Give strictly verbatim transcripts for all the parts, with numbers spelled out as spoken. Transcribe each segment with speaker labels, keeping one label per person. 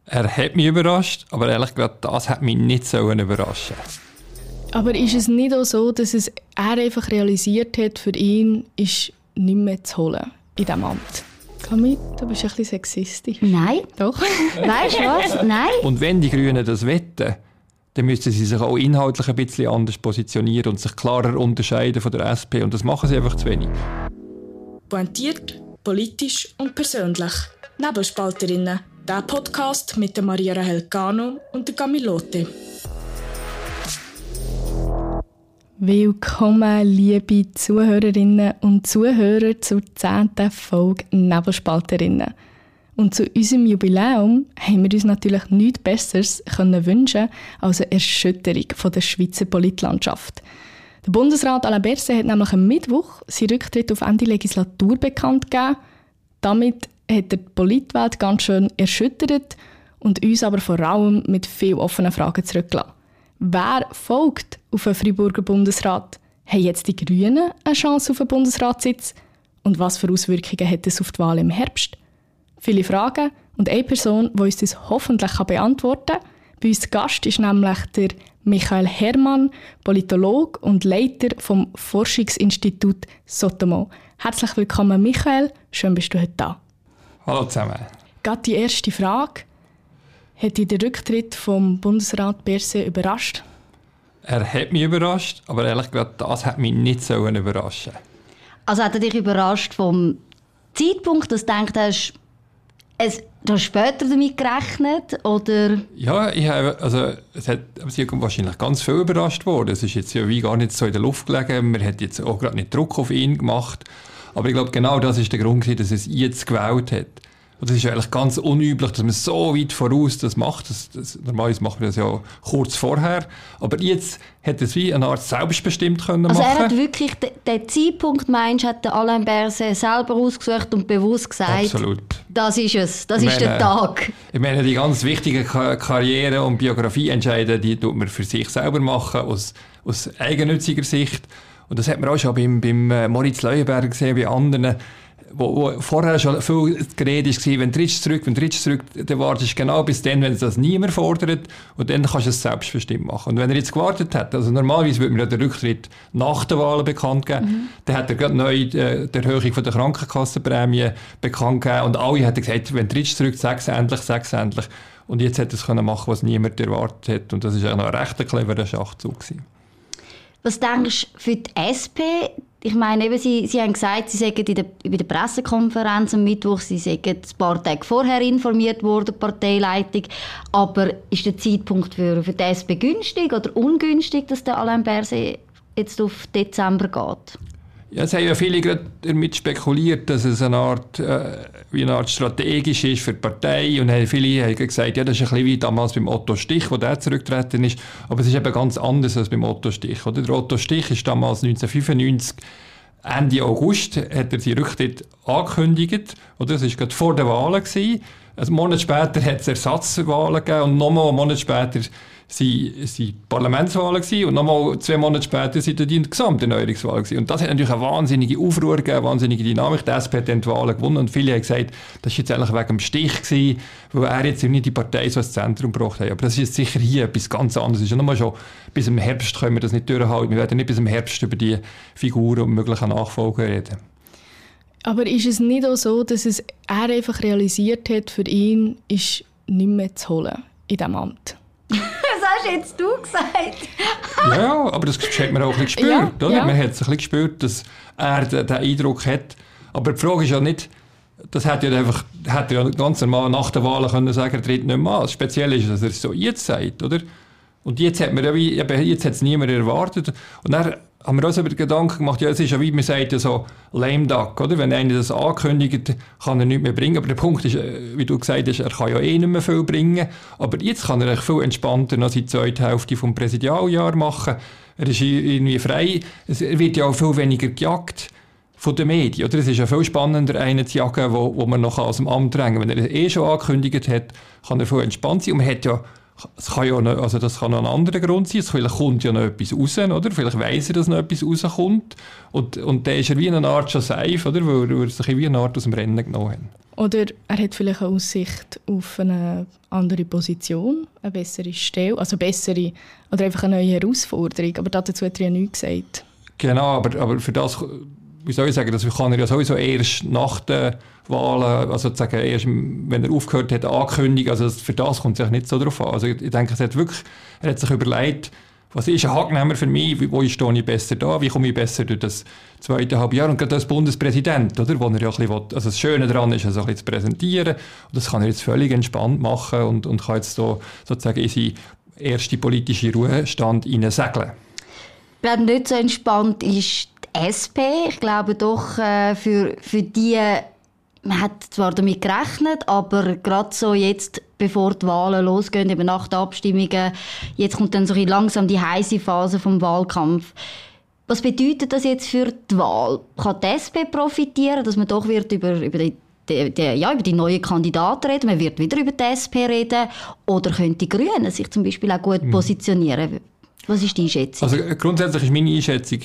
Speaker 1: Er hat mich überrascht, aber ehrlich gesagt, das hat mich nicht so überraschen.
Speaker 2: Aber ist es nicht auch so, dass es er einfach realisiert hat, für ihn ist nicht mehr zu holen in diesem Amt? Camille, du bist ein bisschen sexistisch.
Speaker 3: Nein.
Speaker 2: Doch.
Speaker 3: Weißt du was? Nein.
Speaker 1: Und wenn die Grünen das wetten, dann müssen sie sich auch inhaltlich ein bisschen anders positionieren und sich klarer unterscheiden von der S P. Und das machen sie einfach zu wenig.
Speaker 4: Pointiert, politisch und persönlich. Nebelspalterinnen. Der Podcast mit der Maria Rahel Cano und der Camille Lotte.
Speaker 2: Willkommen, liebe Zuhörerinnen und Zuhörer, zur zehnten Folge Nebelspalterinnen. Und zu unserem Jubiläum haben wir uns natürlich nichts Besseres können wünschen als eine Erschütterung von der Schweizer Politlandschaft. Der Bundesrat Alain Berset hat nämlich am Mittwoch seinen Rücktritt auf Ende Legislatur bekannt gegeben. Damit hat er die Politwelt ganz schön erschüttert und uns aber vor allem mit vielen offenen Fragen zurückgelassen. Wer folgt auf den Freiburger Bundesrat? Haben jetzt die Grünen eine Chance auf einen Bundesratssitz? Und was für Auswirkungen hat es auf die Wahl im Herbst? Viele Fragen und eine Person, die uns das hoffentlich beantworten kann. Bei uns Gast ist nämlich der Michael Herrmann, Politologe und Leiter vom Forschungsinstitut Sotomo. Herzlich willkommen, Michael. Schön, bist du heute da.
Speaker 1: Hallo zusammen.
Speaker 2: Gerade die erste Frage. Hat dich der Rücktritt vom Bundesrat Berset überrascht?
Speaker 1: Er hat mich überrascht, aber ehrlich gesagt, das hat mich nicht so überraschen.
Speaker 3: Also hat er dich überrascht vom Zeitpunkt, dass du gedacht hast, es, du hast später damit gerechnet, oder?
Speaker 1: Ja, ich habe, also, es hat es ist wahrscheinlich ganz viel überrascht worden. Es ist jetzt ja wie gar nicht so in der Luft gelegen. Man hat jetzt auch gerade nicht Druck auf ihn gemacht. Aber ich glaube, genau das ist der Grund, dass er es jetzt gewählt hat. Und das ist eigentlich ganz unüblich, dass man so weit voraus das macht. Das, das, normalerweise macht man das ja kurz vorher. Aber jetzt hat er es wie eine Art selbstbestimmt können
Speaker 3: also
Speaker 1: machen.
Speaker 3: Also er hat wirklich den, den Zeitpunkt, meinst du, hat der Alain Berset selber ausgesucht und bewusst gesagt,
Speaker 1: absolut.
Speaker 3: Das ist es, das
Speaker 1: ich
Speaker 3: ist
Speaker 1: meine,
Speaker 3: der Tag.
Speaker 1: Ich meine, die ganz wichtigen Ka- Karriere- und Biografieentscheide, die tut man für sich selber machen, aus, aus eigennütziger Sicht. Und das hat man auch schon beim, beim Moritz Leuenberger gesehen, bei anderen, wo, wo vorher schon viel geredet war, wenn du zurück, wenn du zurück, dann wartest du genau bis dann, wenn es das niemand fordert, und dann kannst du es selbstbestimmt machen. Und wenn er jetzt gewartet hat, also normalerweise würde man ja den Rücktritt nach den Wahlen bekannt geben, mhm. dann hat er gerade neu äh, die Erhöhung von der Krankenkassenprämie bekannt gegeben, und alle haben gesagt, wenn du zurück, sag es endlich, sag es endlich. Und jetzt hat er es können machen, was niemand erwartet hat, und das war auch noch ein recht cleverer Schachzug gewesen.
Speaker 3: Was denkst du für die S P? Ich meine, eben, Sie, Sie haben gesagt, Sie sagen in der, bei der Pressekonferenz am Mittwoch, Sie sind ein paar Tage vorher informiert worden, die Parteileitung. Aber ist der Zeitpunkt für, für die S P günstig oder ungünstig, dass der Alain Berset jetzt auf Dezember geht?
Speaker 1: Ja, es haben ja viele gerade damit spekuliert, dass es eine Art, äh, wie eine Art strategisch ist für die Partei. Und viele haben gesagt, ja, das ist ein bisschen wie damals beim Otto Stich, wo der zurückgetreten ist. Aber es ist eben ganz anders als beim Otto Stich. Oder? Der Otto Stich ist damals neunzehnhundertfünfundneunzig, Ende August, hat er seinen Rücktritt angekündigt. Oder? Das war gerade vor den Wahlen gewesen. Einen Monat später hat es Ersatzwahlen gegeben und nochmal einen Monat später waren die Parlamentswahlen gewesen, und nochmal zwei Monate später waren die Gesamterneuerungswahlen gewesen. Und das hat natürlich eine wahnsinnige Aufruhr gegeben, eine wahnsinnige Dynamik. Die S P hat dann die Wahlen gewonnen, und viele haben gesagt, das war jetzt eigentlich wegen dem Stich gewesen, weil er jetzt nicht die Partei so ins Zentrum gebracht hat. Aber das ist jetzt sicher hier etwas ganz anderes. Es ist ja nochmal schon, bis im Herbst können wir das nicht durchhalten. Wir werden nicht bis im Herbst über die Figuren und möglichen Nachfolger reden.
Speaker 2: Aber ist es nicht auch so, dass es er einfach realisiert hat, für ihn ist nicht mehr zu holen in diesem Amt?
Speaker 3: Das hast jetzt du gesagt.
Speaker 1: Ja, aber das hat man auch ein bisschen gespürt.
Speaker 2: Ja,
Speaker 1: oder?
Speaker 2: ja.
Speaker 1: Man hat es ein bisschen gespürt, dass er den, den Eindruck hat. Aber die Frage ist ja nicht, das hätte ja einfach, hätte ja ganz normal nach der Wahl können sagen, er tritt nicht mehr an. Das Spezielle ist, dass er es so jetzt sagt, oder? Und jetzt hat man ja wie, jetzt hat es niemand erwartet. Und dann haben wir uns über den Gedanken gemacht, ja, es ist ja wie man sagt, ja so lame duck, oder? Wenn einer das ankündigt, kann er nichts mehr bringen. Aber der Punkt ist, wie du gesagt hast, er kann ja eh nicht mehr viel bringen. Aber jetzt kann er viel entspannter noch seine zweite Hälfte vom Präsidialjahr machen. Er ist irgendwie frei. Er wird ja auch viel weniger gejagt von den Medien, oder? Es ist ja viel spannender, einen zu jagen, wo, wo man noch aus dem Amt drängen kann. Wenn er eh schon angekündigt hat, kann er viel entspannt sein. Und man hat ja Es kann ja noch, also das kann noch ein anderer Grund sein. Vielleicht kommt ja noch etwas raus, oder? Vielleicht weiss er, dass noch etwas rauskommt. Und, und dann ist er wie eine Art schon safe, oder? Weil, weil er sich wie eine Art aus dem Rennen genommen hat.
Speaker 2: Oder er hat vielleicht eine Aussicht auf eine andere Position, eine bessere Stelle, also bessere oder einfach eine neue Herausforderung. Aber dazu hat er ja nichts gesagt.
Speaker 1: Genau, aber, aber für das, wie soll ich sagen, das kann er ja sowieso erst nach den Wahlen, also sozusagen erst, wenn er aufgehört hat, ankündigen. Also für das kommt es sich nicht so drauf an. Also ich denke, er hat wirklich, er hat sich überlegt, was ist ein Hacknehmer für mich, wo stehe ich besser da, wie komme ich besser durch das zweite Halbjahr. Und gerade als Bundespräsident, oder, wo er ja ein bisschen will, also das Schöne daran ist, also ein bisschen zu präsentieren. Und das kann er jetzt völlig entspannt machen und, und kann jetzt so, sozusagen in seinen ersten politischen Ruhestand hineinsegeln.
Speaker 3: Ich glaube, nicht so entspannt ist die S P. Ich glaube doch, äh, für, für die, man hat zwar damit gerechnet, aber gerade so jetzt, bevor die Wahlen losgehen, eben nach den Abstimmungen, jetzt kommt dann so ein langsam die heiße Phase vom Wahlkampf. Was bedeutet das jetzt für die Wahl? Kann die S P profitieren, dass man doch wird über, über die Die, die, ja, über die neuen Kandidaten reden, man wird wieder über die S P reden, oder können die Grünen sich zum Beispiel auch gut positionieren? Was ist die Einschätzung?
Speaker 1: Also grundsätzlich ist meine Einschätzung,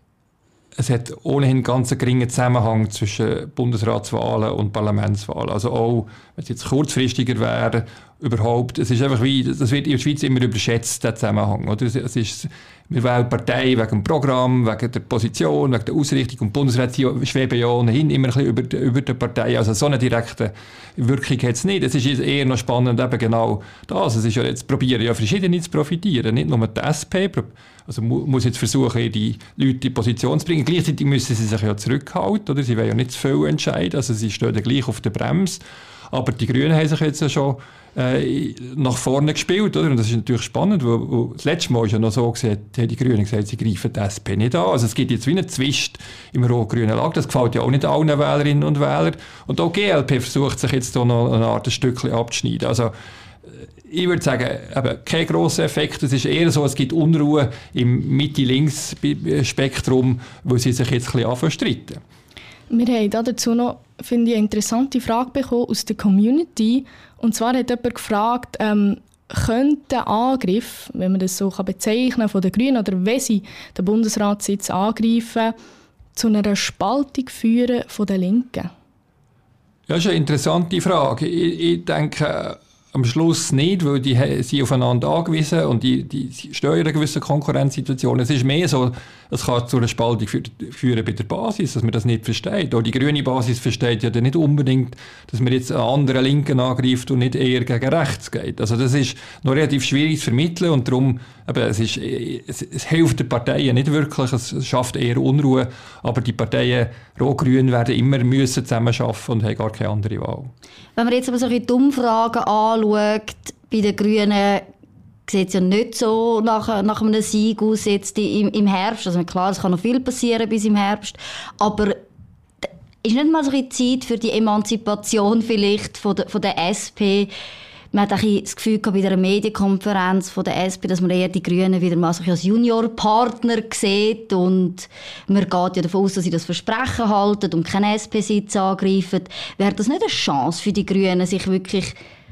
Speaker 1: es hat ohnehin ganz einen geringen Zusammenhang zwischen Bundesratswahlen und Parlamentswahlen. Also auch, wenn es jetzt kurzfristiger wäre, überhaupt, es ist einfach wie, das wird in der Schweiz immer überschätzt, der Zusammenhang, oder? Es ist, wir wählen Parteien wegen dem Programm, wegen der Position, wegen der Ausrichtung, und Bundesräte schweben ja ohnehin immer ein bisschen über, die, über die Partei. Also so eine direkte Wirkung hat es nicht. Es ist eher noch spannend, eben genau das. Es ist ja jetzt, probieren ja verschiedene zu profitieren, nicht nur die S P, also mu- muss jetzt versuchen, die Leute in Position zu bringen. Gleichzeitig müssen sie sich ja zurückhalten, oder? Sie wollen ja nicht zu viel entscheiden, also sie stehen ja gleich auf der Bremse. Aber die Grünen haben sich jetzt ja schon äh, nach vorne gespielt, oder? Und das ist natürlich spannend, weil, weil das letzte Mal ist ja noch so gesagt, haben die Grünen gesagt, sie greifen die S P nicht an. Also es gibt jetzt wie einen Zwist im rot-grünen Lager. Das gefällt ja auch nicht allen Wählerinnen und Wählern. Und auch die G L P versucht sich jetzt da noch eine Art ein Stückchen abzuschneiden. Also ich würde sagen, eben, kein grosser Effekt. Es ist eher so, es gibt Unruhe im Mitte-Links-Spektrum, wo sie sich jetzt ein bisschen anfangen zu streiten.
Speaker 2: Wir haben dazu noch, finde ich, eine interessante Frage bekommen aus der Community. Und zwar hat jemand gefragt, ähm, könnte der Angriff, wenn man das so bezeichnen kann, von den Grünen, oder wenn sie den Bundesratssitz angreifen, zu einer Spaltung führen von den Linken?
Speaker 1: Ja, das ist eine interessante Frage. Ich, ich denke am Schluss nicht, weil die sind aufeinander angewiesen und die, die stehen in einer gewissen Konkurrenzsituation. Es ist mehr so, es kann zu einer Spaltung führen bei der Basis, dass man das nicht versteht. Auch die grüne Basis versteht ja nicht unbedingt, dass man jetzt einen anderen Linken angreift und nicht eher gegen rechts geht. Also das ist noch relativ schwierig zu vermitteln und darum, eben, es, ist, es, es hilft den Parteien nicht wirklich, es schafft eher Unruhe, aber die Parteien Rot-Grün werden immer müssen zusammenarbeiten und haben gar keine andere Wahl.
Speaker 3: Wenn man jetzt aber solche Umfragen anschaut, bei den Grünen sieht es ja nicht so nach, nach einem Sieg aus jetzt im, im Herbst. Also klar, es kann noch viel passieren bis im Herbst, aber ist nicht mal so eine Zeit für die Emanzipation vielleicht von der, von der S P? Man hat auch das Gefühl gehabt, bei der Medienkonferenz von der S P, dass man eher die Grünen wieder mal so als Juniorpartner sieht und man geht ja davon aus, dass sie das Versprechen halten und keinen S P-Sitz angreifen. Wäre das nicht eine Chance für die Grünen, sich wirklich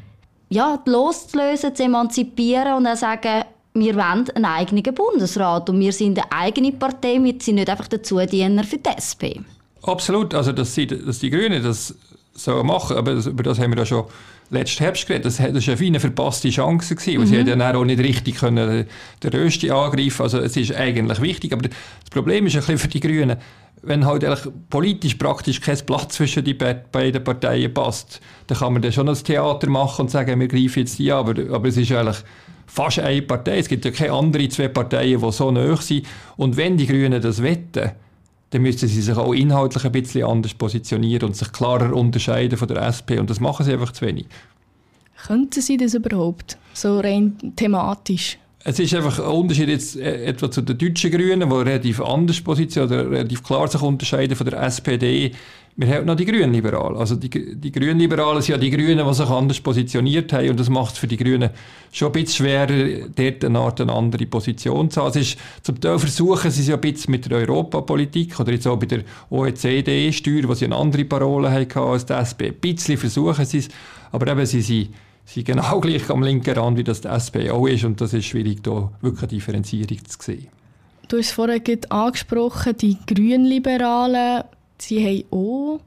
Speaker 3: ja, loszulösen, zu emanzipieren und dann sagen, wir wollen einen eigenen Bundesrat und wir sind eine eigene Partei, wir sind nicht einfach der Zudiener für die S P.
Speaker 1: Absolut, also dass, sie, dass die Grünen das so machen, aber das, über das haben wir ja schon letzten Herbst geredet. Das, das war eine verpasste Chance gewesen, weil mhm. sie dann auch nicht richtig können, den Rösti angreifen. Also es ist eigentlich wichtig, aber das Problem ist ein bisschen für die Grünen, wenn halt eigentlich politisch praktisch kein Platz zwischen die beiden Parteien passt, dann kann man dann schon das Theater machen und sagen, wir greifen jetzt die an, aber, aber es ist eigentlich fast eine Partei. Es gibt ja keine anderen zwei Parteien, die so nahe sind. Und wenn die Grünen das wetten, dann müssen sie sich auch inhaltlich ein bisschen anders positionieren und sich klarer unterscheiden von der S P. Und das machen sie einfach zu wenig.
Speaker 2: Könnten sie das überhaupt? So rein thematisch?
Speaker 1: Es ist einfach ein Unterschied jetzt etwa zu den deutschen Grünen, die relativ anders positionieren, oder relativ klar sich unterscheiden von der S P D. Wir haben noch die Grünliberalen. Also die, die Grünliberalen sind ja die Grünen, die sich anders positioniert haben. Und das macht es für die Grünen schon ein bisschen schwerer, dort eine Art eine andere Position zu haben. Es ist, zum Teil versuchen sie es ja ein bisschen mit der Europapolitik oder jetzt auch bei der O E C D-Steuer, wo sie eine andere Parole hatten als die S P. Ein bisschen versuchen sie es, aber eben sie sind Sie sind genau gleich am linken Rand, wie das die S P auch ist. Und das ist schwierig, da wirklich eine Differenzierung zu sehen.
Speaker 2: Du hast vorhin angesprochen, die Grünliberalen, sie haben auch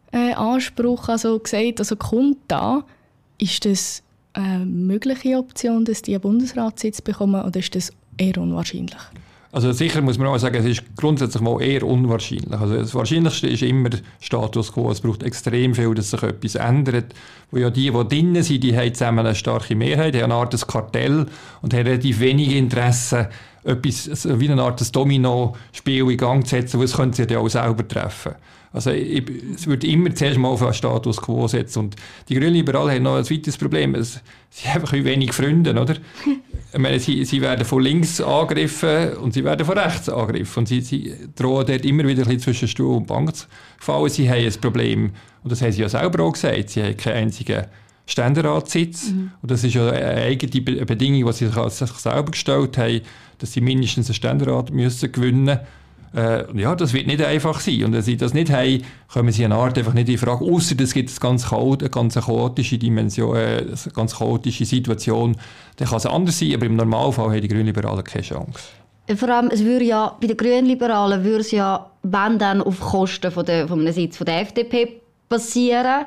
Speaker 2: äh, Anspruch also gesagt, also kommt da, ist das eine mögliche Option, dass die einen Bundesratssitz bekommen, oder ist das eher unwahrscheinlich?
Speaker 1: Also sicher muss man auch sagen, es ist grundsätzlich mal eher unwahrscheinlich. Also das Wahrscheinlichste ist immer Status quo. Es braucht extrem viel, dass sich etwas ändert. Wo ja die, die drinnen sind, die haben zusammen eine starke Mehrheit, haben eine Art Kartell und haben relativ wenig Interesse, etwas wie eine Art Domino-Spiel in Gang zu setzen, weil es könnte sie ja auch selber treffen. Also ich, es würde immer zuerst mal auf einen Status quo setzen. Und die Grünliberalen haben noch ein weiteres Problem. Es, sie haben einfach wenig Freunde, oder? Ich meine, sie, sie werden von links angegriffen und sie werden von rechts angegriffen. Und sie, sie drohen dort immer wieder ein bisschen zwischen Stuhl und Bank zu fallen. Sie haben ein Problem, und das haben sie ja selber auch gesagt, sie haben keinen einzigen Ständeratssitz. Mhm. Und das ist ja eine eigene Bedingung, die sie sich selber gestellt haben, dass sie mindestens einen Ständerat müssen gewinnen müssen. Äh, ja, das wird nicht einfach sein. Und wenn sie das nicht haben, kommen sie eine Art einfach nicht in Frage. Ausser es gibt eine ganz, chaot- eine ganz chaotische Dimension, äh, eine ganz chaotische Situation. Dann kann es anders sein, aber im Normalfall haben die Grünliberalen keine Chance.
Speaker 3: Vor allem, es würde ja, bei den Grünliberalen würde es ja, wenn dann, auf Kosten von, der, von einem Sitz von der F D P passieren.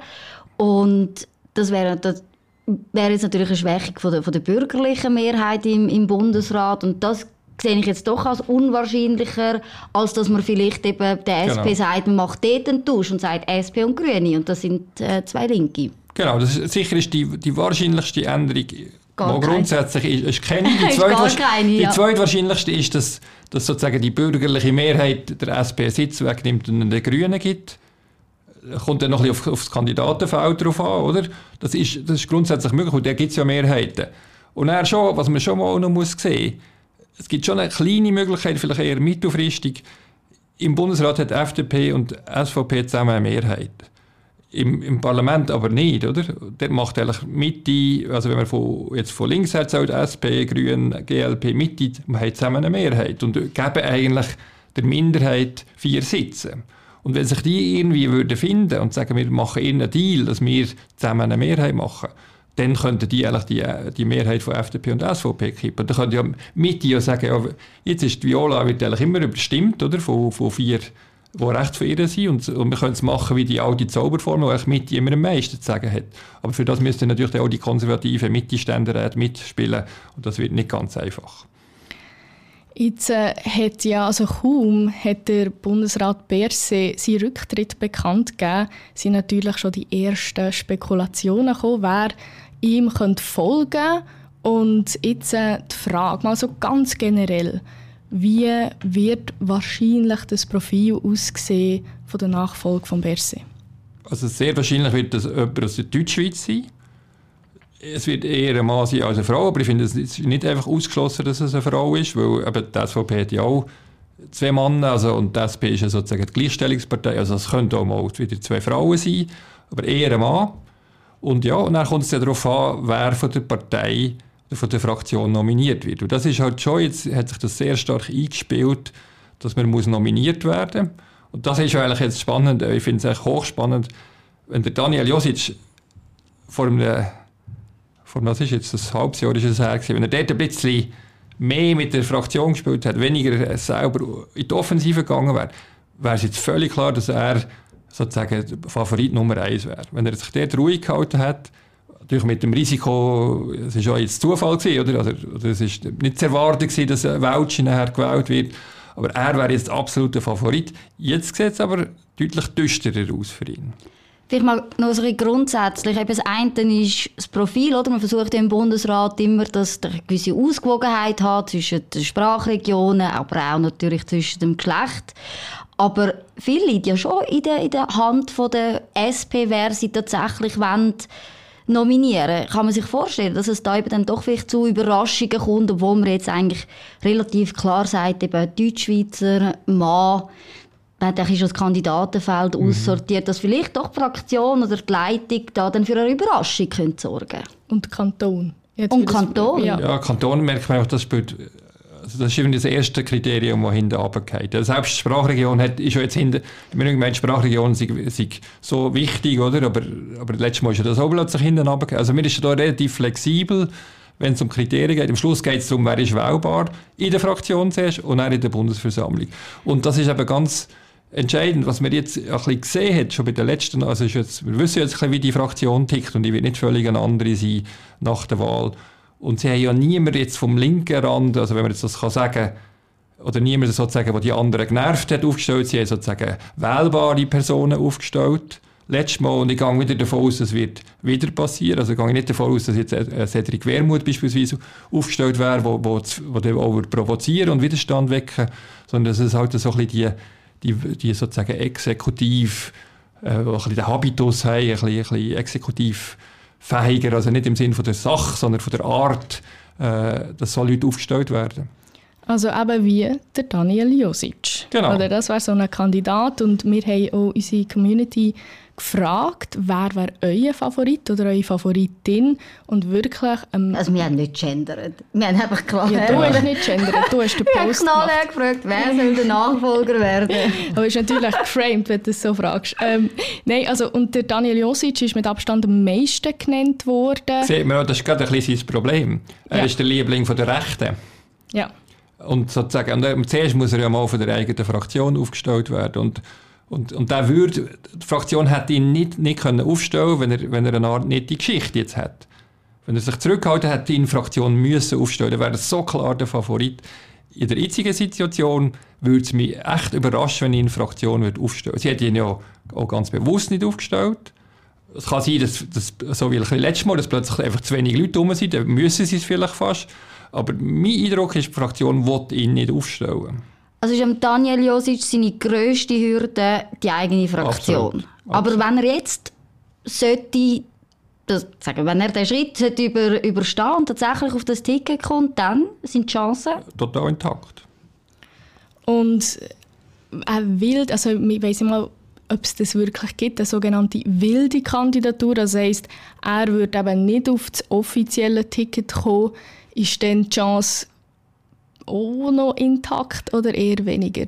Speaker 3: Und das wäre, das wäre jetzt natürlich eine Schwächung von der, von der bürgerlichen Mehrheit im, im Bundesrat. Und das sehe ich jetzt doch als unwahrscheinlicher, als dass man vielleicht eben der S P genau. sagt, man macht dort einen Tausch und sagt S P und Grüne. Und das sind äh, zwei Linke.
Speaker 1: Genau, das ist, sicher ist die, die wahrscheinlichste Änderung, die grundsätzlich ist, ist keine. Die, zweit, keine, ja. die zweitwahrscheinlichste ist, dass, dass sozusagen die bürgerliche Mehrheit der S P Sitz wegnimmt und den Grünen gibt. Kommt dann noch ein bisschen auf, auf das Kandidatenfeld drauf an, oder? Das ist, das ist grundsätzlich möglich, und da gibt es ja Mehrheiten. Und dann schon, was man schon mal auch noch muss sehen, es gibt schon eine kleine Möglichkeit, vielleicht eher mittelfristig. Im Bundesrat hat F D P und S V P zusammen eine Mehrheit. Im, im Parlament aber nicht, oder? Der macht eigentlich Mitte, also wenn man von, jetzt von links her sagt, S P, Grüne, G L P, Mitte, man hat zusammen eine Mehrheit und geben eigentlich der Minderheit vier Sitze. Und wenn sich die irgendwie würden finden und sagen, wir machen einen Deal, dass wir zusammen eine Mehrheit machen, dann könnten die eigentlich die, die Mehrheit von F D P und S V P kippen. Dann könnte ja Mitte ja sagen, ja, jetzt ist die Viola wird eigentlich immer überstimmt, oder? Von, von vier, die recht für ihr sind. Und, und wir können es machen wie die alte Zauberformel, wo Mitte immer am meisten zu sagen hat. Aber für das müssten natürlich auch die konservativen Mitte-Ständeräte mitspielen. Und das wird nicht ganz einfach.
Speaker 2: Jetzt äh, hat ja, also kaum hat der Bundesrat Berset seinen Rücktritt bekannt gegeben, sind natürlich schon die ersten Spekulationen gekommen, wer ihm könnte folgen. Und jetzt äh, die Frage, mal so ganz generell, wie wird wahrscheinlich das Profil aussehen von der Nachfolge von Berset?
Speaker 1: Also sehr wahrscheinlich wird das jemand aus der Deutschschweiz sein. Es wird eher ein Mann sein als eine Frau, aber ich finde es ist nicht einfach ausgeschlossen, dass es eine Frau ist, weil eben die S V P hat ja auch zwei Männer, also, und die S P ist ja sozusagen die Gleichstellungspartei, also es könnte auch mal wieder zwei Frauen sein, aber eher ein Mann. Und ja, und dann kommt es ja darauf an, wer von der Partei oder von der Fraktion nominiert wird. Und das ist halt schon, jetzt hat sich das sehr stark eingespielt, dass man muss nominiert werden muss. Und das ist eigentlich jetzt spannend, ich finde es echt hochspannend, wenn der Daniel Josic vor einem Vor was ist jetzt das halbes Jahr ist es her gewesen. Wenn er dort ein bisschen mehr mit der Fraktion gespielt hat, weniger selber in die Offensive gegangen wäre, wäre es jetzt völlig klar, dass er sozusagen Favorit Nummer eins wäre. Wenn er sich dort ruhig gehalten hat, natürlich mit dem Risiko, es war ja jetzt Zufall gewesen, oder? Also, oder es war nicht zu erwarten gewesen, dass ein Weltschi nachher gewählt wird, aber er wäre jetzt absoluter Favorit. Jetzt sieht es aber deutlich düsterer aus für ihn.
Speaker 3: Vielleicht mal noch so ein grundsätzlich. Das eine ist das Profil. Oder? Man versucht im Bundesrat immer, dass es eine gewisse Ausgewogenheit hat zwischen den Sprachregionen, aber auch natürlich zwischen dem Geschlecht. Aber viel liegt ja schon in der, in der Hand von der S P, wer sie tatsächlich wollen nominieren. Kann man sich vorstellen, dass es da eben dann doch vielleicht zu Überraschungen kommt, obwohl man jetzt eigentlich relativ klar sagt, eben Deutschschweizer, Mann, man hat das Kandidatenfeld mhm. aussortiert, dass vielleicht doch die Fraktion oder die Leitung da dann für eine Überraschung können sorgen.
Speaker 2: Und Kanton.
Speaker 3: Jetzt Und Kanton.
Speaker 1: Ja. ja, Kanton merkt man auch, das spielt, also das ist eben das erste Kriterium, das hinten runtergeht. Selbst die Sprachregion hat, ist ja jetzt hinten, ich meine, die Sprachregion sei, sei so wichtig, oder? Aber, aber letztes Mal ist ja das auch plötzlich hinten runtergegangen. Also wir sind da relativ flexibel, wenn es um Kriterien geht. Am Schluss geht es darum, wer ist wählbar in der Fraktion zuerst und dann in der Bundesversammlung. Und das ist eben ganz entscheidend, was man jetzt ein bisschen gesehen hat, schon bei den letzten, also ist jetzt, wir wissen jetzt ein bisschen, wie die Fraktion tickt und die wird nicht völlig eine andere sein nach der Wahl. Und sie haben ja niemand jetzt vom linken Rand, also wenn man jetzt das kann sagen, oder niemand sozusagen, der die anderen genervt hat, aufgestellt. Sie haben sozusagen wählbare Personen aufgestellt. Letztes Mal, und ich gehe wieder davon aus, das wird wieder passieren. Also ich gehe nicht davon aus, dass jetzt ein Cedric Wermuth beispielsweise aufgestellt wäre, wo, wo, wo die auch provozieren und Widerstand wecken, sondern dass es halt so ein bisschen die, die, die sozusagen exekutiv, äh, ein bisschen den Habitus haben, ein bisschen, ein bisschen exekutivfähiger, also nicht im Sinne von der Sache, sondern von der Art, äh, dass so Leute aufgestellt werden.
Speaker 2: Also eben wie der Daniel Josic.
Speaker 1: Genau.
Speaker 2: Oder das wäre so ein Kandidat und wir haben auch unsere Community gefragt, wer wäre euer Favorit oder eure Favoritin und wirklich... Ähm,
Speaker 3: also wir haben nicht gendert. Wir haben einfach klar...
Speaker 2: Ja, du hast nicht gendert, du hast den Post gemacht.
Speaker 3: Ich habe gefragt, wer soll der Nachfolger werden.
Speaker 2: Aber es ist natürlich geframed, wenn du das so fragst. Ähm, nein, also, und der Daniel Josic ist mit Abstand am meisten genannt worden.
Speaker 1: Sieht man, das ist gerade ein bisschen sein Problem. Er
Speaker 2: Ja.
Speaker 1: ist der Liebling von der Rechten.
Speaker 2: Ja.
Speaker 1: Und sozusagen, und zuerst muss er ja mal von der eigenen Fraktion aufgestellt werden. Und, und, und der würde, die Fraktion hätte ihn nicht, nicht können aufstellen können, wenn er, wenn er eine Art nette Geschichte jetzt hat. Wenn er sich zurückhalten hätte, ihn die Fraktion müssen aufstellen, dann wäre das so klar der Favorit. In der jetzigen Situation würde es mich echt überraschen, wenn ihn die Fraktion würde aufstellen würde. Sie hat ihn ja auch ganz bewusst nicht aufgestellt. Es kann sein, dass, dass so wie letztes Mal, dass plötzlich einfach zu wenig Leute rum sind, dann müssen sie es vielleicht fast. Aber mein Eindruck ist, die Fraktion will ihn nicht aufstellen.
Speaker 3: Also ist am Daniel Josic seine grösste Hürde die eigene Fraktion.
Speaker 1: Absolut.
Speaker 3: Aber wenn er jetzt sollte, das, sagen, wenn er den Schritt sollte über, überstehen und tatsächlich auf das Ticket kommt, dann sind die Chancen...
Speaker 1: Total intakt.
Speaker 2: Und eine wild, also ich weiss nicht mal, ob es das wirklich gibt, eine sogenannte wilde Kandidatur. Das heisst, er würde eben nicht auf das offizielle Ticket kommen. Ist dann die Chance auch noch intakt oder eher weniger?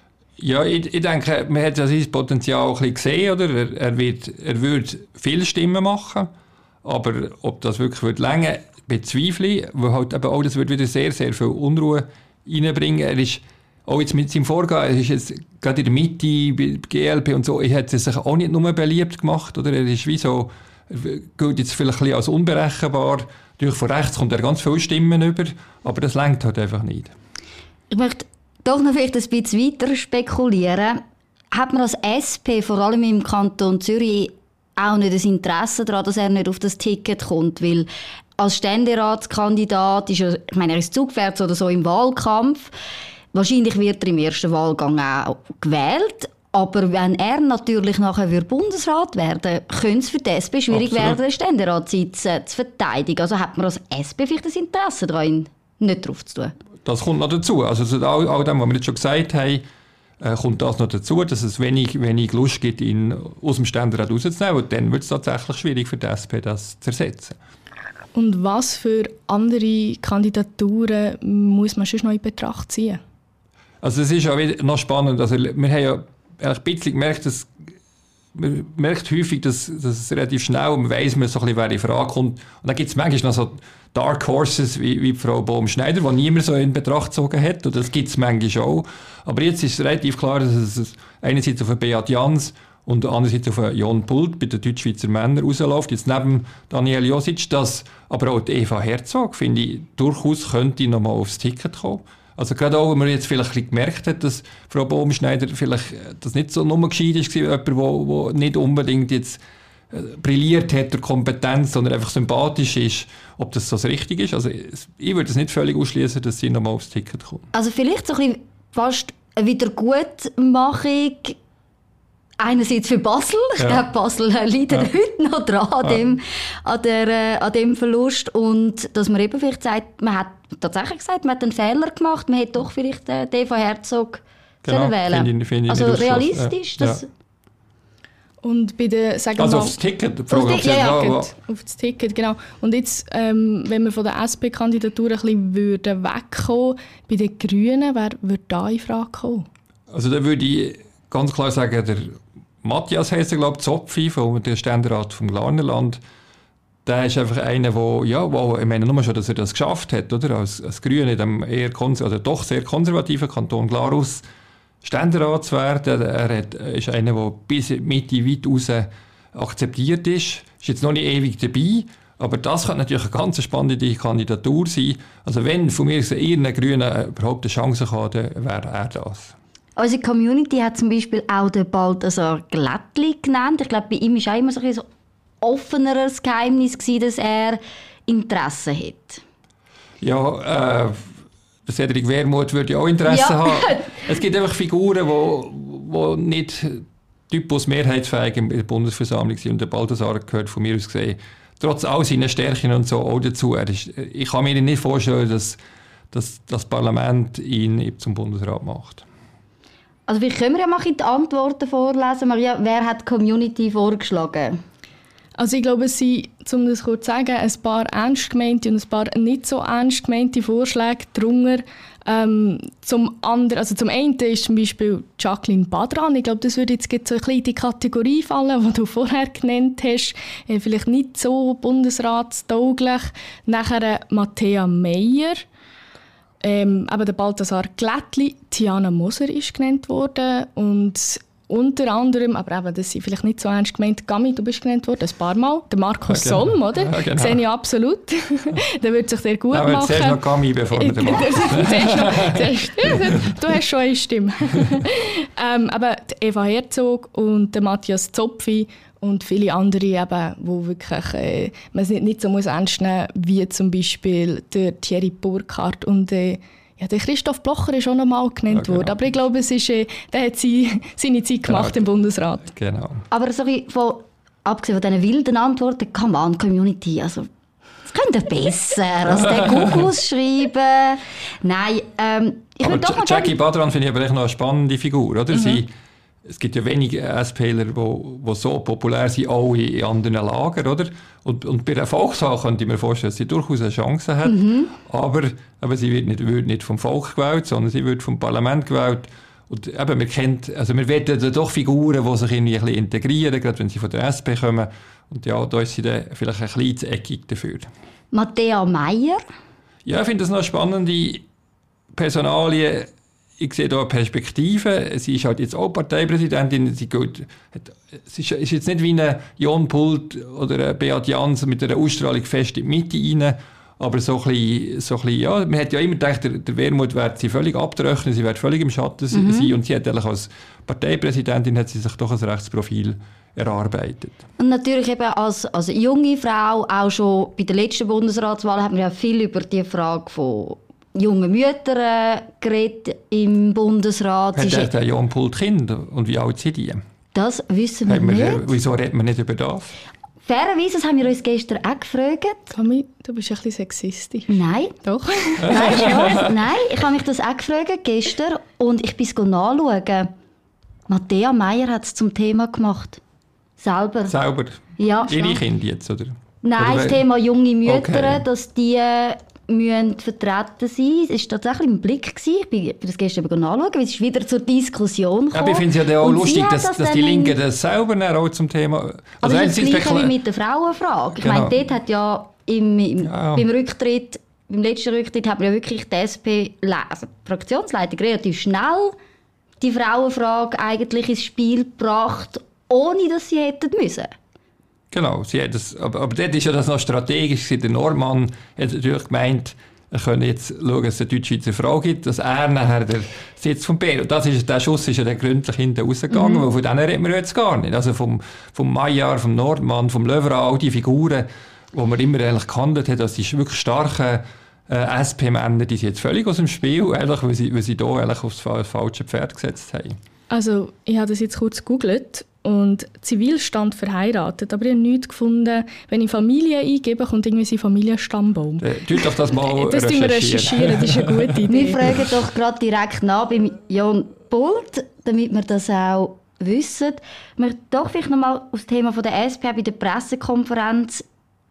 Speaker 1: Ja, ich, ich denke, man hat ja sein Potenzial ein bisschen gesehen, oder? Er, er, wird, er würde viele Stimmen machen, aber ob das wirklich wird länger, bezweifle ich, weil halt eben auch das wird wieder sehr, sehr viel Unruhe reinbringen. Er ist auch jetzt mit seinem Vorgehen, er ist jetzt gerade in der Mitte, bei G L P und so, er hat es sich auch nicht nur beliebt gemacht, oder? Er ist wie so, er gilt jetzt vielleicht ein bisschen als unberechenbar. Durch von rechts kommt er ganz viele Stimmen über, aber das reicht halt einfach nicht.
Speaker 3: Ich möchte doch noch vielleicht ein bisschen weiter spekulieren. Hat man als S P, vor allem im Kanton Zürich, auch nicht das Interesse daran, dass er nicht auf das Ticket kommt? Weil als Ständeratskandidat ist er, ich meine, er ist zugwärts oder so im Wahlkampf. Wahrscheinlich wird er im ersten Wahlgang auch gewählt. Aber wenn er natürlich nachher Bundesrat werden, könnte es für die S P schwierig
Speaker 1: Absolut.
Speaker 3: werden, den Ständeratssitz äh, zu verteidigen. Also hat man als S P vielleicht das Interesse daran, ihn nicht drauf zu tun?
Speaker 1: Das kommt noch dazu. Also zu all, all dem, was wir jetzt schon gesagt haben, äh, kommt das noch dazu, dass es wenig, wenig Lust gibt, ihn aus dem Ständerat rauszunehmen. Und dann wird es tatsächlich schwierig für die S P, das zu ersetzen.
Speaker 2: Und was für andere Kandidaturen muss man schon noch in Betracht ziehen?
Speaker 1: Also es ist ja wieder noch spannend. Also wir haben ja ein bisschen gemerkt, dass man merkt häufig, dass, dass es relativ schnell, man weiss, man so ein bisschen, wer in Frage kommt. Und dann gibt es manchmal noch so Dark Horses wie, wie Frau Bohm-Schneider, die niemand so in Betracht gezogen hat. Und das gibt es manchmal auch. Aber jetzt ist es relativ klar, dass es einerseits auf Beat Jans und andererseits auf Jon Pult bei den Deutschschweizer Männern rausläuft. Jetzt neben Daniel Josic, dass aber auch die Eva Herzog, finde ich, durchaus könnte noch mal aufs Ticket kommen. Also gerade auch, wenn man jetzt vielleicht ein bisschen gemerkt hat, dass Frau Bohm-Schneider vielleicht das nicht so nur gescheit ist, jemand, der nicht unbedingt jetzt brilliert hat durch Kompetenz, sondern einfach sympathisch ist, ob das so das Richtige ist. Also ich würde es nicht völlig ausschließen, dass sie noch mal aufs Ticket kommt.
Speaker 3: Also vielleicht so ein bisschen fast eine Wiedergutmachung einerseits für Basel. Ich
Speaker 1: Ja.
Speaker 3: glaube, Basel leidet
Speaker 1: Ja.
Speaker 3: heute noch dran an,
Speaker 1: Ja.
Speaker 3: dem, an, der, äh, an dem Verlust. Und dass man eben vielleicht sagt, man hat tatsächlich gesagt, man hat einen Fehler gemacht, man hätte doch vielleicht äh, den von Herzog
Speaker 1: Genau,
Speaker 3: sollen wählen.
Speaker 1: finde ich- finde ich
Speaker 3: Also
Speaker 1: nicht ausgeschlossen.
Speaker 3: realistisch,
Speaker 1: Ja.
Speaker 3: dass...
Speaker 1: Ja.
Speaker 2: Und bei der, sagen wir
Speaker 1: Also
Speaker 2: mal,
Speaker 1: aufs Ticket? Die
Speaker 3: Auf
Speaker 1: Frage,
Speaker 3: die-
Speaker 1: ob sie
Speaker 3: ja, ja,
Speaker 1: ja,
Speaker 2: Ticket, auf das Ticket, genau. Und jetzt, ähm, wenn wir von der S P-Kandidatur ein bisschen würden wegkommen, bei den Grünen, wer würde da in Frage kommen?
Speaker 1: Also da würde ich ganz klar sagen, der Matthias heisst er, glaube ich, Zopfi, vom der Ständerat vom Glarnerland. Der ist einfach einer, der, ja, wo, ich meine nur schon, dass er das geschafft hat, oder? Als, als Grüne in dem eher konser- oder doch sehr konservativen Kanton Glarus Ständerat zu werden. Er hat, ist einer, der bis Mitte weit raus akzeptiert ist. Ist jetzt noch nicht ewig dabei, aber das kann natürlich eine ganz spannende Kandidatur sein. Also wenn von mir aus irgendein Grüner überhaupt eine Chance hat, dann wäre er das.
Speaker 3: Unsere Community hat zum Beispiel auch den Balthasar Glättli genannt. Ich glaube, bei ihm war auch immer so ein offeneres Geheimnis gewesen, dass er Interesse hat.
Speaker 1: Ja, äh, Cedric Wermuth würde ja auch Interesse ja. haben. Es gibt einfach Figuren, die nicht typus mehrheitsfähig in der Bundesversammlung sind. Und der Balthasar gehört von mir aus gesehen, trotz all seiner Stärken und so, auch dazu. Er ist, ich kann mir nicht vorstellen, dass, dass das Parlament ihn zum Bundesrat macht.
Speaker 3: Also vielleicht können wir ja mal die Antworten vorlesen. Maria, wer hat die Community vorgeschlagen?
Speaker 2: Also ich glaube, es sind, um das kurz zu sagen, ein paar ernst gemeinte und ein paar nicht so ernst gemeinte Vorschläge drunter. Ähm, zum anderen, also zum einen ist zum Beispiel Jacqueline Badran. Ich glaube, das würde jetzt so ein bisschen in die Kategorie fallen, die du vorher genannt hast. Äh, vielleicht nicht so bundesratstauglich. Nachher Matthäa Meier. Ähm, aber der Balthasar Glättli, Tiana Moser ist genannt worden und unter anderem, aber eben, das sind vielleicht nicht so ernst gemeint, Gami, du bist genannt worden, ein paar Mal, der Markus ja, genau. Somm, oder? Ja, genau. Sehe ich absolut. Der würde sich sehr gut aber machen. Aber zuerst
Speaker 1: noch Gami, bevor wir den machen.
Speaker 2: Du hast schon eine Stimme. ähm, aber Eva Herzog und der Matthias Zopfi und viele andere, eben, wo wirklich, äh, man es nicht, nicht so muss ernst nehmen muss, wie zum Beispiel der Thierry Burkhardt und äh, ja, der Christoph Blocher ist auch noch mal genannt ja, genau. worden. Aber ich glaube, es ist, äh, der hat sie, seine Zeit gemacht genau. im Bundesrat.
Speaker 1: Genau.
Speaker 3: Aber so von, abgesehen von diesen wilden Antworten, come on, Community, also das könnt ihr besser als der Google schreiben. Nein, ähm, ich würde doch mal
Speaker 1: Jackie Badran finde ich aber echt noch eine spannende Figur, oder? Mhm. Sie, es gibt ja wenige SPler, die so populär sind, auch in, in anderen Lagern, oder? Und, und bei der Volkswahl könnte ich mir vorstellen, dass sie durchaus eine Chance hat. Mhm. Aber, aber sie wird nicht, wird nicht vom Volk gewählt, sondern sie wird vom Parlament gewählt. Und eben, wir kennt, also wir wollen doch Figuren, die sich irgendwie ein bisschen integrieren, gerade wenn sie von der S P kommen. Und ja, da ist sie dann vielleicht ein bisschen zu eckig dafür.
Speaker 3: Matthäa Meier?
Speaker 1: Ja, ich finde das noch eine spannende Personalie. Ich sehe da eine Perspektive. Sie ist halt jetzt auch Parteipräsidentin. Sie, geht, hat, sie ist jetzt nicht wie eine Jon Pult oder eine Beat Jans mit einer Ausstrahlung fest in die Mitte rein. Aber so ein bisschen, so ein bisschen, ja, man hat ja immer gedacht, der, der Wermuth wird sie völlig abtröchnen, sie wird völlig im Schatten mhm. sein. Und sie hat eigentlich als Parteipräsidentin hat sie sich doch ein Rechtsprofil erarbeitet.
Speaker 3: Und natürlich eben als, als junge Frau, auch schon bei der letzten Bundesratswahl, haben wir ja viel über die Frage von jungen Müttern geredet im Bundesrat.
Speaker 1: Hat er der Jon Pult Kinder und wie alt sind die?
Speaker 3: Das wissen wir, wir nicht.
Speaker 1: Wieso redet man nicht über das?
Speaker 3: Fairerweise, das haben wir uns gestern auch gefragt.
Speaker 2: Kami, du bist ein bisschen sexistisch.
Speaker 3: Nein.
Speaker 2: Doch.
Speaker 3: Nein, schon. Nein, ich habe mich das auch gefragt gestern und ich bin es nachschauen. Matthäa Meier hat es zum Thema gemacht. Selber.
Speaker 1: Selber?
Speaker 3: Ja.
Speaker 1: Ihre Kinder jetzt, oder?
Speaker 3: Nein,
Speaker 1: oder
Speaker 3: das Thema junge Mütter, okay. dass die müssen vertreten sein. Es war tatsächlich im Blick. Ich bin das gestern nachschauen, weil es ist wieder zur Diskussion gekommen.
Speaker 1: Ja, ich finde es ja auch und lustig, dass, das dass die Linken das selber auch zum Thema...
Speaker 3: Also aber das ist das Gleiche wie mit der Frauenfrage. Ich genau. meine, dort hat ja, im, im, ja beim Rücktritt, beim letzten Rücktritt hat man ja wirklich die S P, also die Fraktionsleitung relativ schnell die Frauenfrage eigentlich ins Spiel gebracht, ohne dass sie hätten müssen.
Speaker 1: Genau, sie hat das, aber, aber dort ist ja das noch strategisch. Der Normann hat natürlich gemeint, er könne jetzt schauen, dass es eine deutsch-schweizer Frau gibt, dass er nachher der Sitz vom P. Und das ist, der Schuss ist ja dann gründlich hinten rausgegangen, mhm. weil von denen reden wir jetzt gar nicht. Also vom, vom Maillard, vom Nordmann, vom Löwra, all die Figuren, die man immer eigentlich gehandelt hat, dass die wirklich starken äh, S P-Männer, die sind jetzt völlig aus dem Spiel, eigentlich, weil sie, weil sie da eigentlich aufs falsche Pferd gesetzt haben. Also,
Speaker 2: ich habe das jetzt kurz gegoogelt. Und Zivilstand verheiratet, aber ich habe nichts gefunden. Wenn ich Familie eingebe, kommt irgendwie sein Familienstammbaum.
Speaker 1: Du doch das mal
Speaker 2: das recherchieren. Das recherchieren, das ist eine gute Idee.
Speaker 3: Wir fragen doch gerade direkt nach beim Jon Pult, damit wir das auch wissen. Wir möchten doch vielleicht noch mal auf das Thema von der S P bei der Pressekonferenz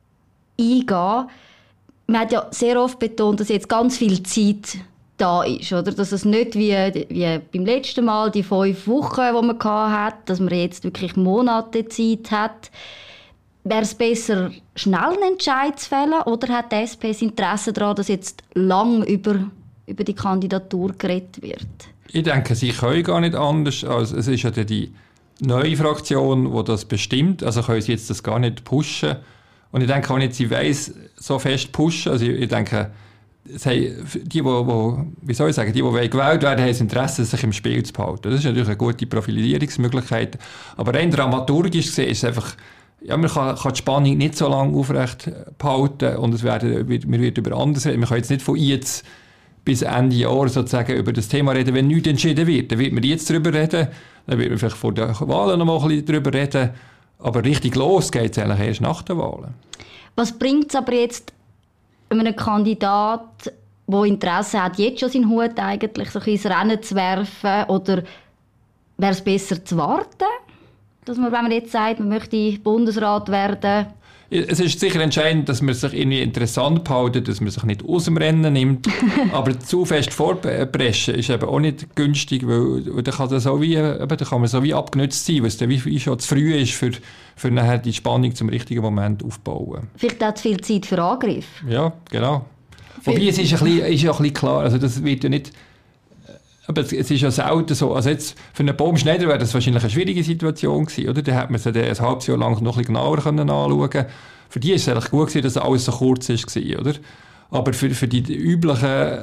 Speaker 3: eingehen. Man hat ja sehr oft betont, dass jetzt ganz viel Zeit da ist, oder? Dass es nicht wie, wie beim letzten Mal, die fünf Wochen, die man hatte, dass man jetzt wirklich Monate Zeit hat. Wäre es besser, schnell einen Entscheid zu fällen, oder hat die S P das Interesse daran, das jetzt lang über, über die Kandidatur geredet wird?
Speaker 1: Ich denke, sie können gar nicht anders. Also es ist ja die neue Fraktion, die das bestimmt. Also können sie jetzt das gar nicht pushen. Und ich denke auch nicht, sie weiss so fest pushen. Also ich, ich denke, es haben die, die, wie soll ich sagen, die, die gewählt werden, haben das Interesse, sich im Spiel zu behalten. Das ist natürlich eine gute Profilierungsmöglichkeit. Aber rein dramaturgisch gesehen ist es einfach, ja, man kann, kann die Spannung nicht so lange aufrecht behalten und es werden, wir werden über anderes reden. Man kann jetzt nicht von jetzt bis Ende Jahr sozusagen über das Thema reden, wenn nichts entschieden wird. Dann wird man jetzt darüber reden, dann wird man vielleicht vor den Wahlen noch mal ein bisschen darüber reden, aber richtig los geht es eigentlich erst nach den Wahlen.
Speaker 3: Was bringt es aber jetzt einem Kandidat, der Interesse hat, jetzt schon seinen Hut eigentlich so ins Rennen zu werfen, oder wäre es besser zu warten, dass man, wenn man jetzt sagt, man möchte Bundesrat werden?
Speaker 1: Es ist sicher entscheidend, dass man sich irgendwie interessant behält, dass man sich nicht aus dem Rennen nimmt. Aber zu fest vorpreschen ist eben auch nicht günstig, weil, weil dann, kann das so wie, eben, dann kann man so wie abgenutzt sein, weil es dann wie schon zu früh ist, für, für nachher die Spannung zum richtigen Moment aufzubauen.
Speaker 3: Vielleicht hat es viel Zeit für Angriff.
Speaker 1: Ja, genau. Wobei es ist, ein bisschen, ist ja ein bisschen klar, also das wird ja nicht... Aber es ist ja selten so. Also jetzt für einen Baumschneider wäre das wahrscheinlich eine schwierige Situation gewesen, oder? Da hätte man sie ein halbes Jahr lang noch ein bisschen genauer anschauen können. Für die ist es eigentlich gut gewesen, dass alles so kurz war, oder? Aber für, für die üblichen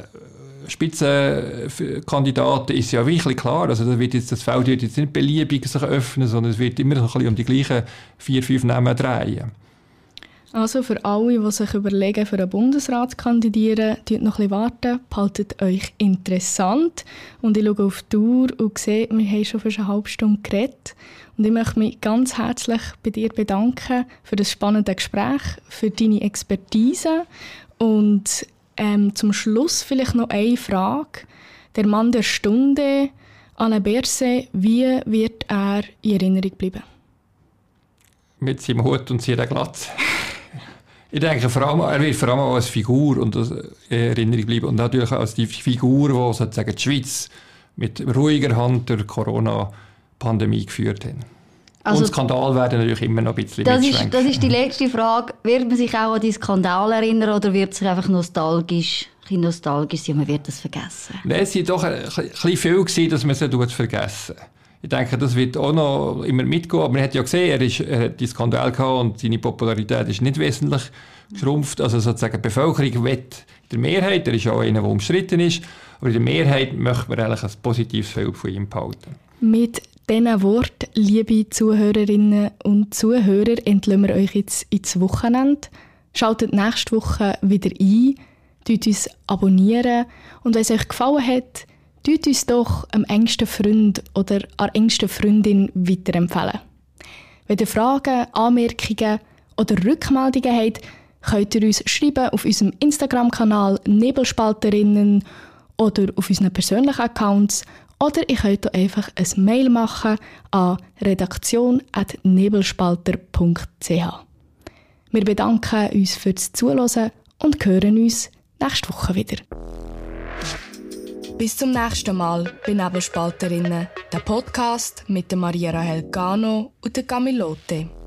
Speaker 1: Spitzenkandidaten ist es ja wirklich klar. Also da wird jetzt, das Feld wird jetzt nicht beliebig sich öffnen, sondern es wird immer so ein bisschen um die gleichen vier, fünf Namen drehen.
Speaker 2: Also für alle, die sich überlegen, für einen Bundesrat zu kandidieren, wartet noch ein bisschen warten, behaltet euch interessant. Und ich schaue auf die Uhr und sehe, wir haben schon für eine halbe Stunde geredet. Und ich möchte mich ganz herzlich bei dir bedanken für das spannende Gespräch, für deine Expertise. Und ähm, zum Schluss vielleicht noch eine Frage. Der Mann der Stunde, Alain Berset, wie wird er in Erinnerung bleiben?
Speaker 1: Mit seinem Hut und seiner Glatze. Ich denke, vor allem, er wird vor allem auch als Figur und als Erinnerung bleiben. Und natürlich als die Figur, die sozusagen die Schweiz mit ruhiger Hand durch die Corona-Pandemie geführt hat. Also, und Skandal werden natürlich immer noch ein bisschen
Speaker 3: das ist, das ist die letzte Frage. Wird man sich auch an die Skandal erinnern oder wird sich einfach nostalgisch, ein nostalgisch sein und man wird das vergessen?
Speaker 1: Nein, es war doch ein, ein bisschen viel gewesen, dass man sie vergessen. Ich denke, das wird auch noch immer mitgehen. Aber man hat ja gesehen, er, ist, er hat die Skandal gehabt und seine Popularität ist nicht wesentlich geschrumpft. Also sozusagen die Bevölkerung will in der Mehrheit, er ist auch einer, der umstritten ist, aber in der Mehrheit möchte man eigentlich ein positives Bild von ihm behalten.
Speaker 2: Mit diesen Worten, liebe Zuhörerinnen und Zuhörer, entlassen wir euch jetzt ins Wochenende. Schaltet nächste Woche wieder ein, tut uns abonnieren und wenn es euch gefallen hat, tut uns doch am engsten Freund oder an engsten Freundin weiterempfehlen. Wenn ihr Fragen, Anmerkungen oder Rückmeldungen habt, könnt ihr uns schreiben auf unserem Instagram-Kanal Nebelspalterinnen oder auf unseren persönlichen Accounts oder ihr könnt auch einfach ein Mail machen an redaktion at nebelspalter punkt c h. Wir bedanken uns fürs Zuhören und hören uns nächste Woche wieder. Bis zum nächsten Mal bei Nebelspalterinnen, der Podcast mit der Maria Rahel Gano und der Camilote.